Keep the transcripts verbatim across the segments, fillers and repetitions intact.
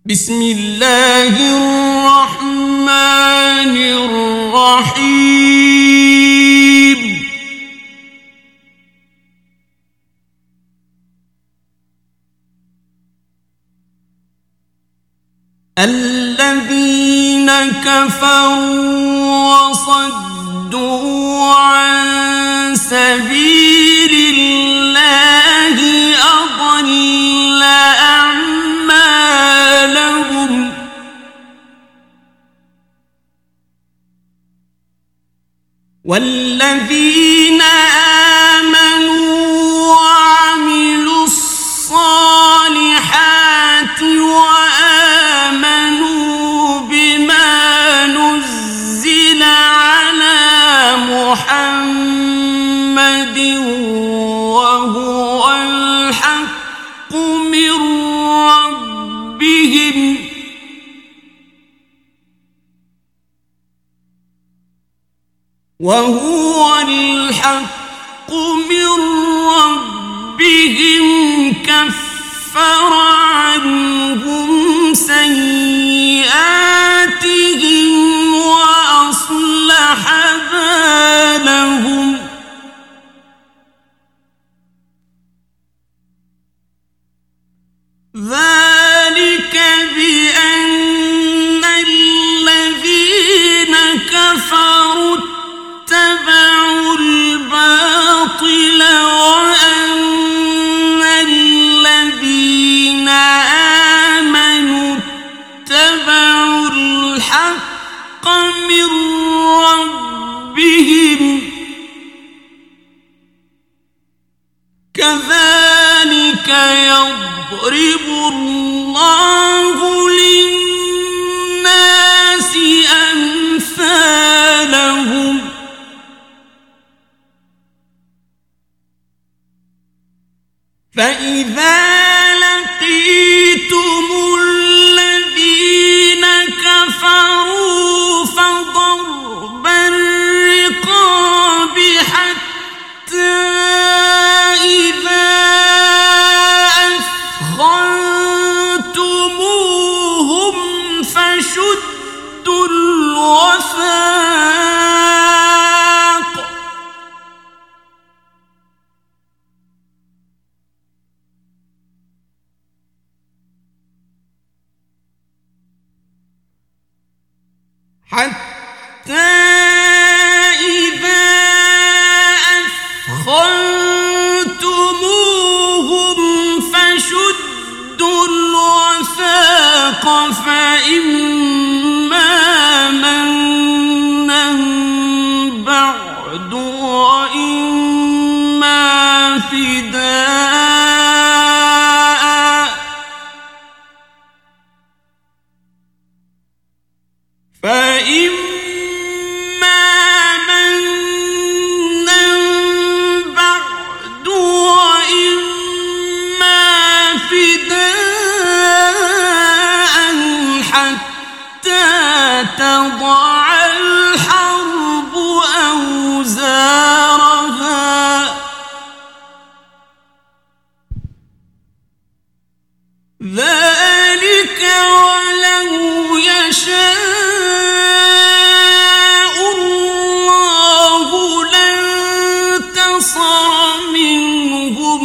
بسم الله الرحمن الرحيم الذين كفروا وصدوا عن سبيل الله أضل أعمالهم والذين آمنوا وعملوا الصالحات وآمنوا بما نزل على محمد وهو الحق من ربهم وهو الحق من ربهم كفر عنهم سيئاتهم وأصلح بالهم ذلك بأن الذين كفروا اتبعوا الباطل وأن الذين آمنوا اتبعوا الحق من ربهم كذلك يضرب الله للناس أمثالهم فإذا لقيتم الذين كفروا فضرب الرقاب حتى إذا أثخنتموهم فشدوا الوثاق حتى إذا أثخنتموهم فشدوا الوثاق فإما منا بعد وإما فداء فإما منا بعد وإما فداء حتى تضع الحرب أوزارها ذلك ولو يشاء الله لانتصر منهم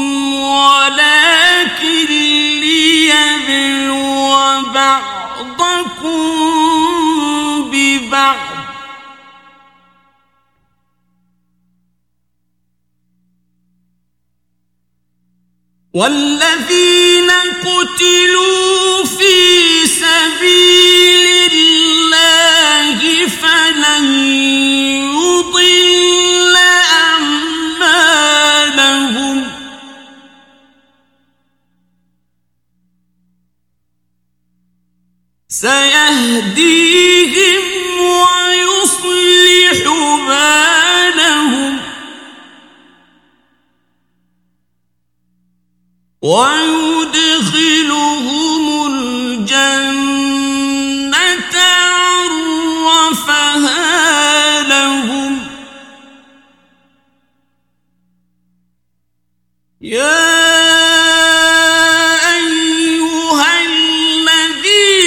ولكن ليبلو بعضكم ببعض والذين قتلوا في سبيل الله فلن يضل أعمالهم سيهديهم ويصلح بالهم ويدخلهم الجنة عرفها لهم يا أيها الذين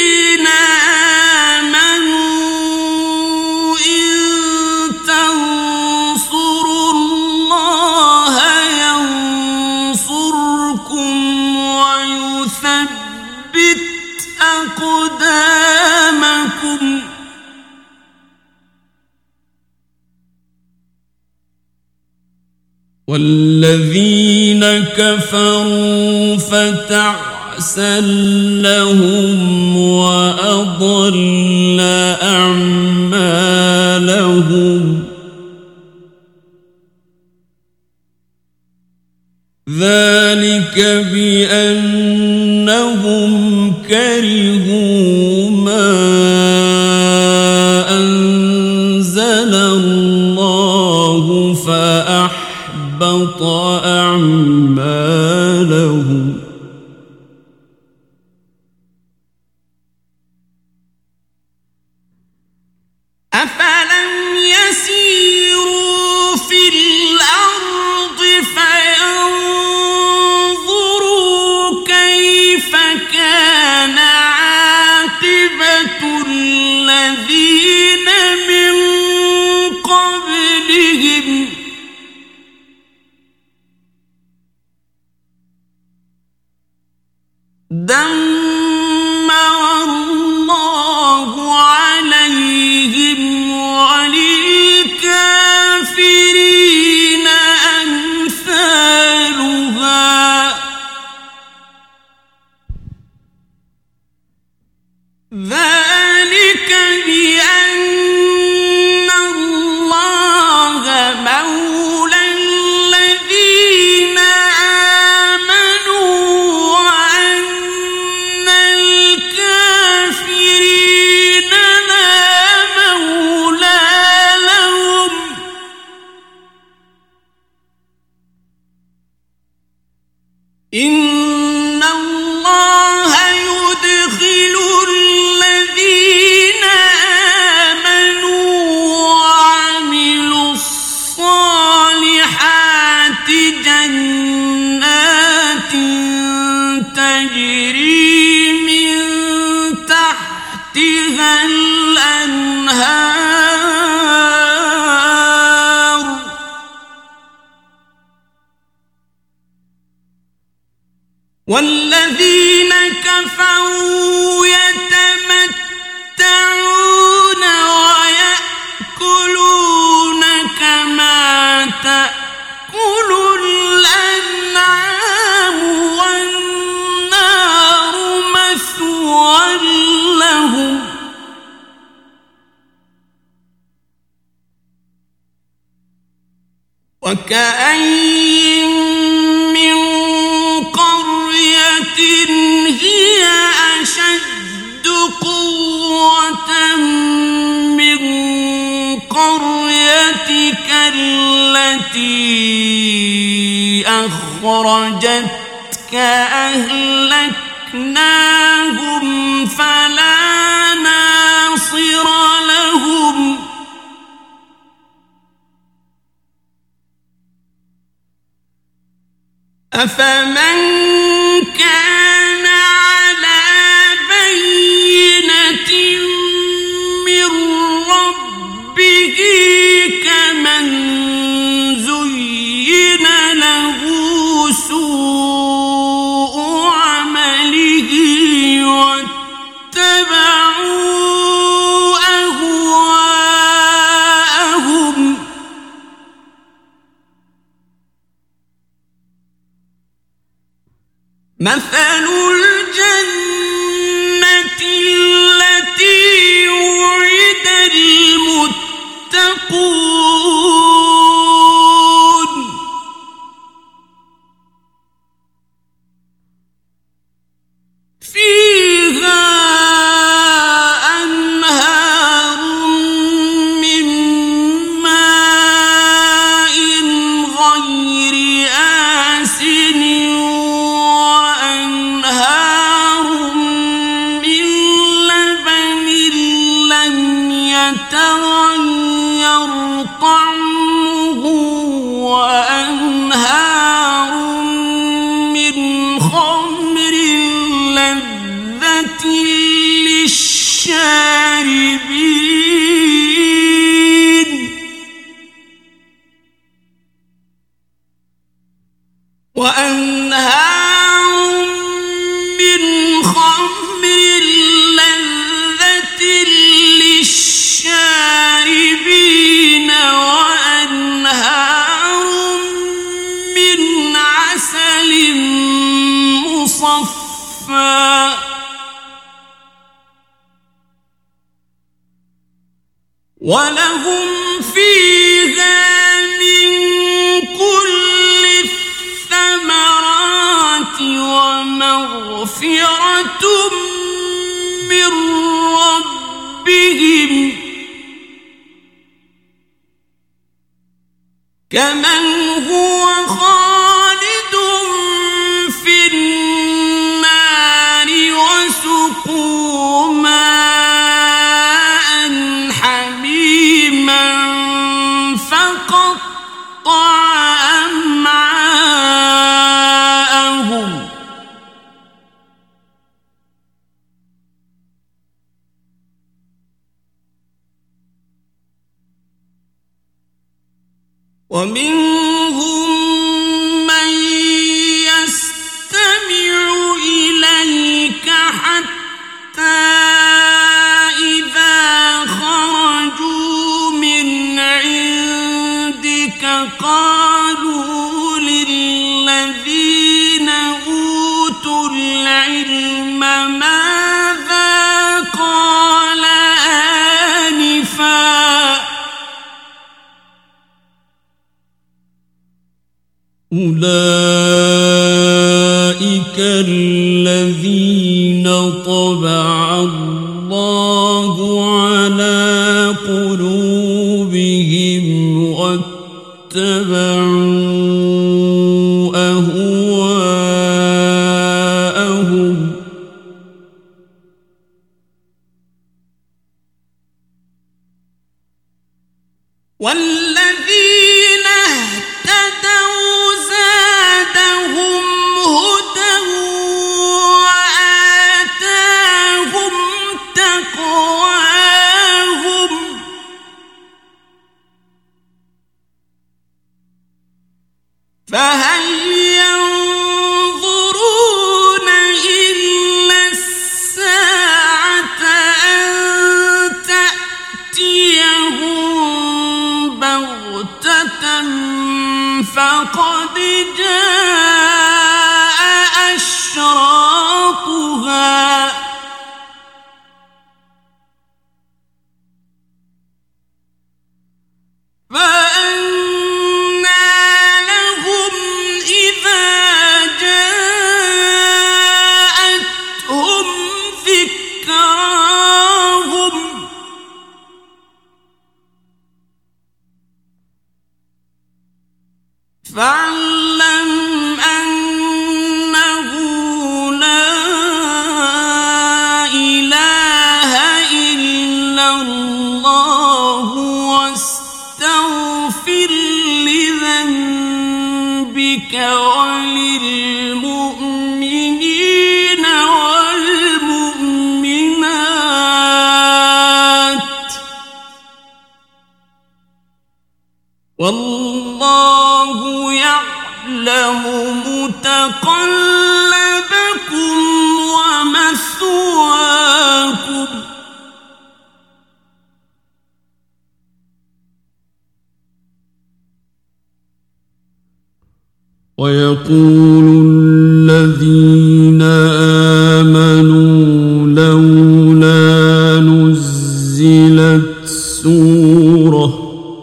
أقدامكم والذين كفروا فتعسا لهم وأضل أعمالهم ذلك بأنهم كرهوا ما أنزل الله فأحبط أعمالهم أفلم يسيروا في الأرض فينظروا كيف كان عاقبة الذين من قبلهم دمر الله عليهم وللكافرين أمثالها ذلك بأن الله مولى الذين آمنوا وأن الكافرين لا مولى لهم إن الله يدخل الذين آمنوا وعملوا الصالحات جنات تجري من تحتها الأنهار والذين كفروا يتمتعون ويأكلون كما تأكل الأنعام والنار مثوى لهم وكأين من قرية هي أشد قوة من قريتك التي أخرجتك أهلكناهم فلا ناصر لهم أفمن كان على بينة من ربه كمن زين له سوء عمله واتبعوا أهواءهم مثل الجنة التي وعد المتقون فيها أنهار من ماء غير آسن يتغير طعمه وأنهار من خمر لذة للشاربين وأنهار من خمر ولهم فيها من كل الثمرات ومغفرة من ربهم كمن هو خالد في النار وسقوا ماء حميما فقطع أمعاءهم ومنهم من يستمع إليك حتى إذا خرجوا من عندك قالوا للذين أوتوا العلم ماذا قال آنفا أولئك الذين طبع الله على قلوبهم واتبعوا أهواءهم والذين اهتدوا زادهم هدى وآتاهم تقواهم فهل ينظرون إلا الساعة أن تأتيهم بغتة فقد جاء أشراطها فأنى لهم إذا جاءتهم ذكراهم فاعلم أنه لا إله إلا الله واستغفر لذنبك وللمؤمنين والمؤمنات والله يعلم متقلبكم ومثواكم ويقول الذين آمنوا لولا نزلت سورة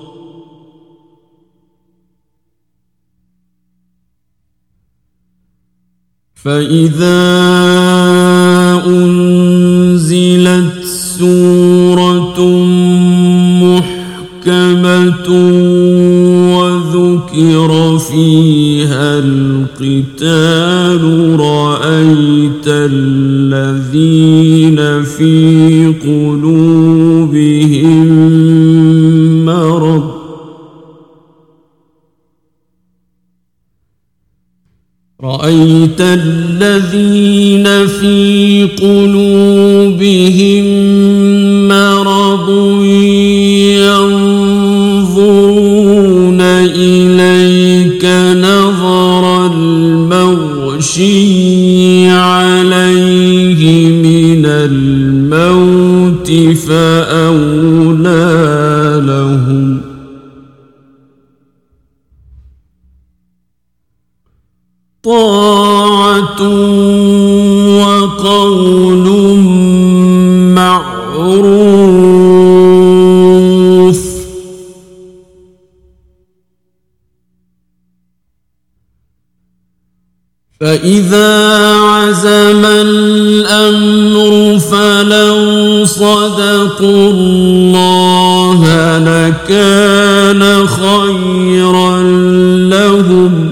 فإذا أنزلت سورة محكمة وذكر فيها القتال رأيت الذين في قلوبهم مرض رأيت الذين في قلوبهم مرض ينظرون إليك نظر المغشي عليه من الموت فأولى لهم طاعة وقول معروف فإذا عزم الأمر فلو صدقوا الله لكان خيرا لهم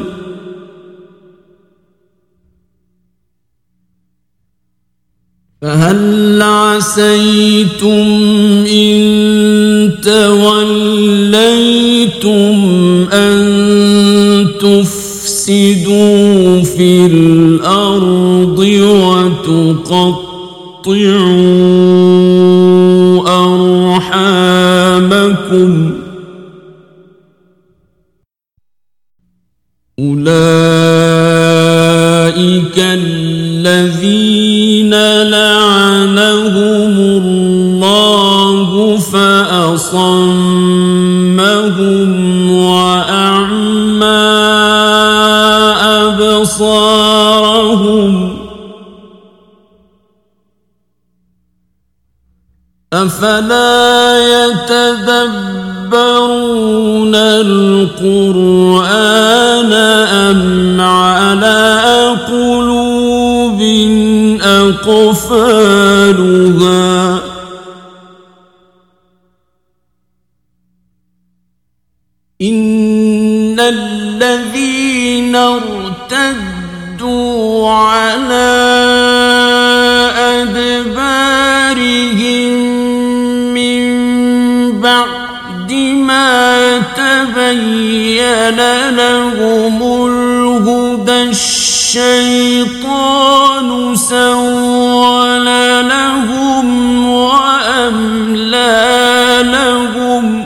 فهل عسيتم إن توليتم أن تفسدوا في الأرض وتقطعوا أرحامكم أولئك الذين لعنهم الله فأصمهم وأعمى أبصارهم أفلا يتدبرون القرآن أم على قلوب أقفالها إن الذين ارتدوا على أدبارهم من بعد ما تبين لهم الهدى الشيطان سول لهم وأملى لهم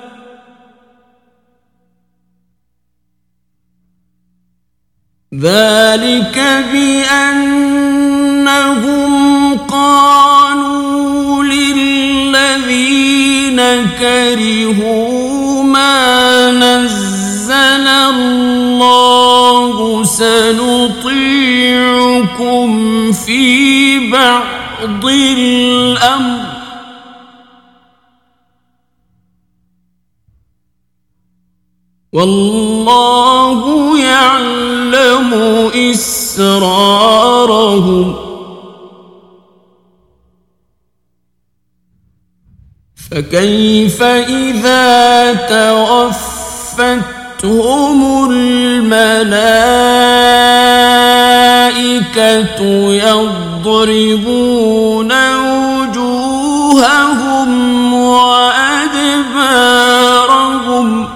ذلك بأنهم قالوا للذين كرهوا ما نزل الله سنطيعكم في بعض الأمر والله يعلم إسرارهم فكيف إذا توفتهم الملائكة يضربون وجوههم وأدبارهم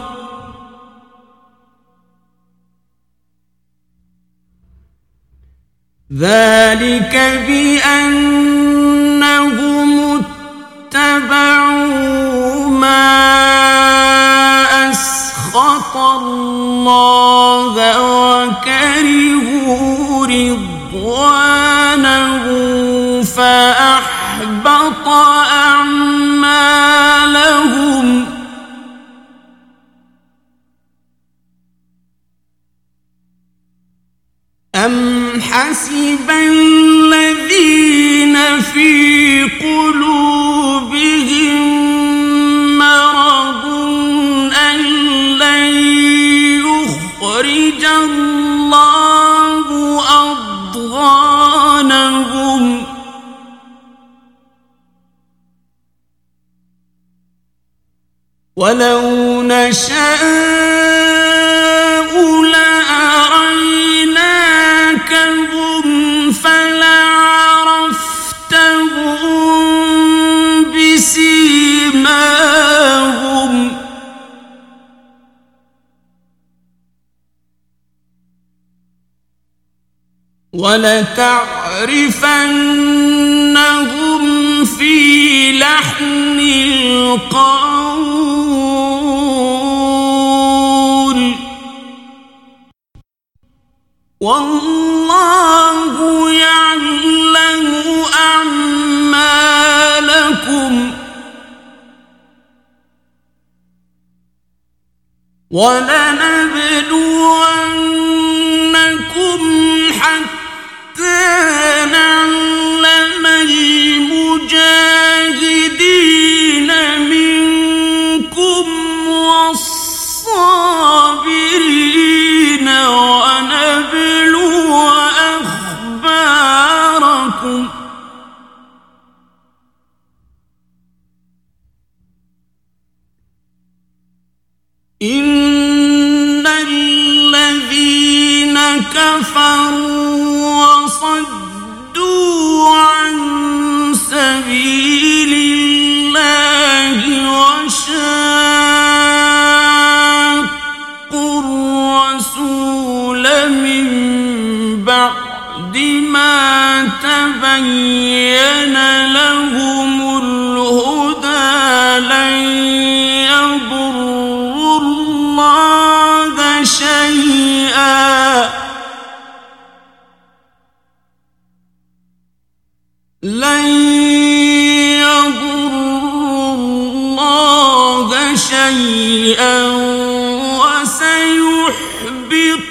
ذلك بأنهم اتبعوا ما أسخط الله وكرهوا رضوانه فأحبط أعمالهم أم حسب الذين في قلوبهم مرض أن لن يخرج الله أضغانهم ولو نشاء لأريناكهم فلعرفتهم بسيماهم ولتعرفنهم في لحن القول والله يعلم أعمالكم ولنبلونكم حتى نعلم المجاهدين منكم والصابرين ونبلو إن الذين كفروا وصدوا عن سبيل الله وشاقوا الرسول من بعد ما تبين لهم الهدى لن يضروا الله شيئا لن يضروا الله شيئا وسيحبط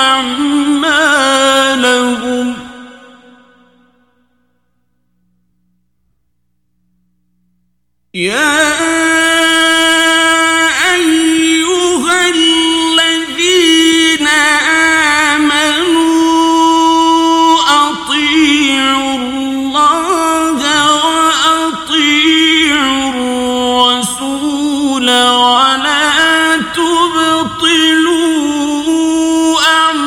أعمالهم يا أيها الذين آمنوا أطيعوا الله وأطيعوا الرسول ولا تبطلوا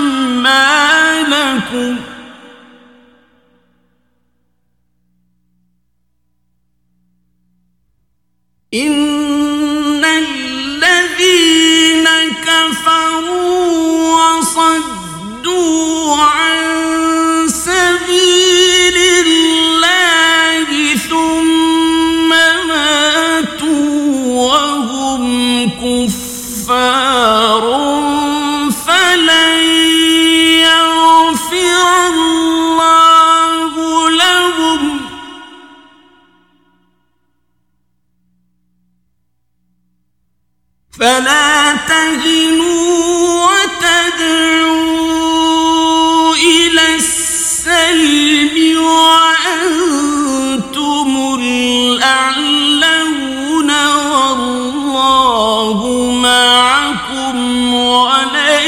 أعمالكم إن الذين كفروا وصدوا عن سبيل الله ثم ماتوا وهم كفار فلن يغفر الله لهم فلا تهنوا وتدعوا إلى السلم وأنتم الأعلون والله معكم ولن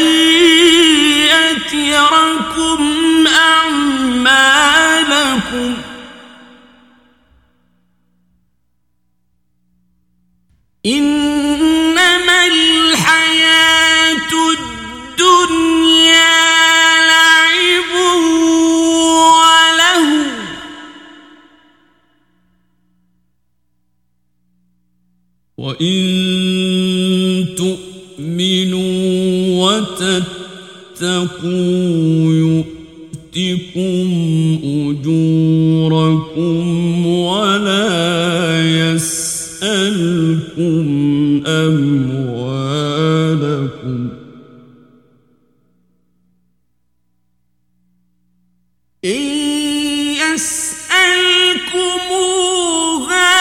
يتركم أعمالكم إنما الحياة الدنيا لعب وله وإن تؤمنوا وتتقوا يؤتكم أجوركم ولا يسألكم أموالكم إن يسألكموها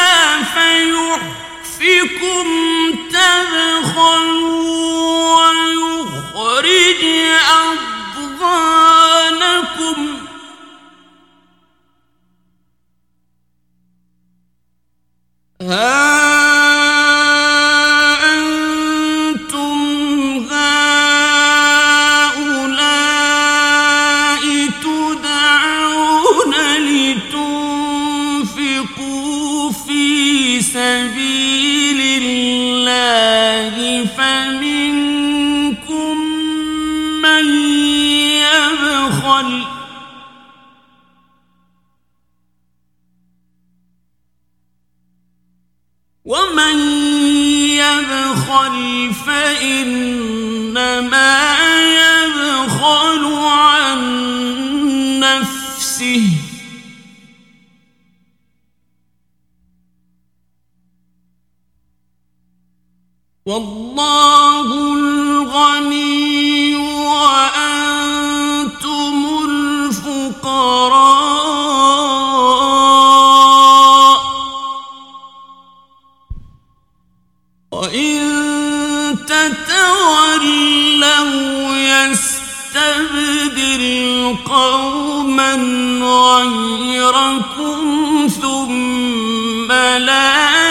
فيحفكم تبخلوا ويخرج أضغانكم ها سبيل الله فمنكم من يبخل ومن يبخل فإنما يبخل عن نفسه والله الغني وأنتم الفقراء وإن تتولوا يستبدل قوما غيركم ثم لا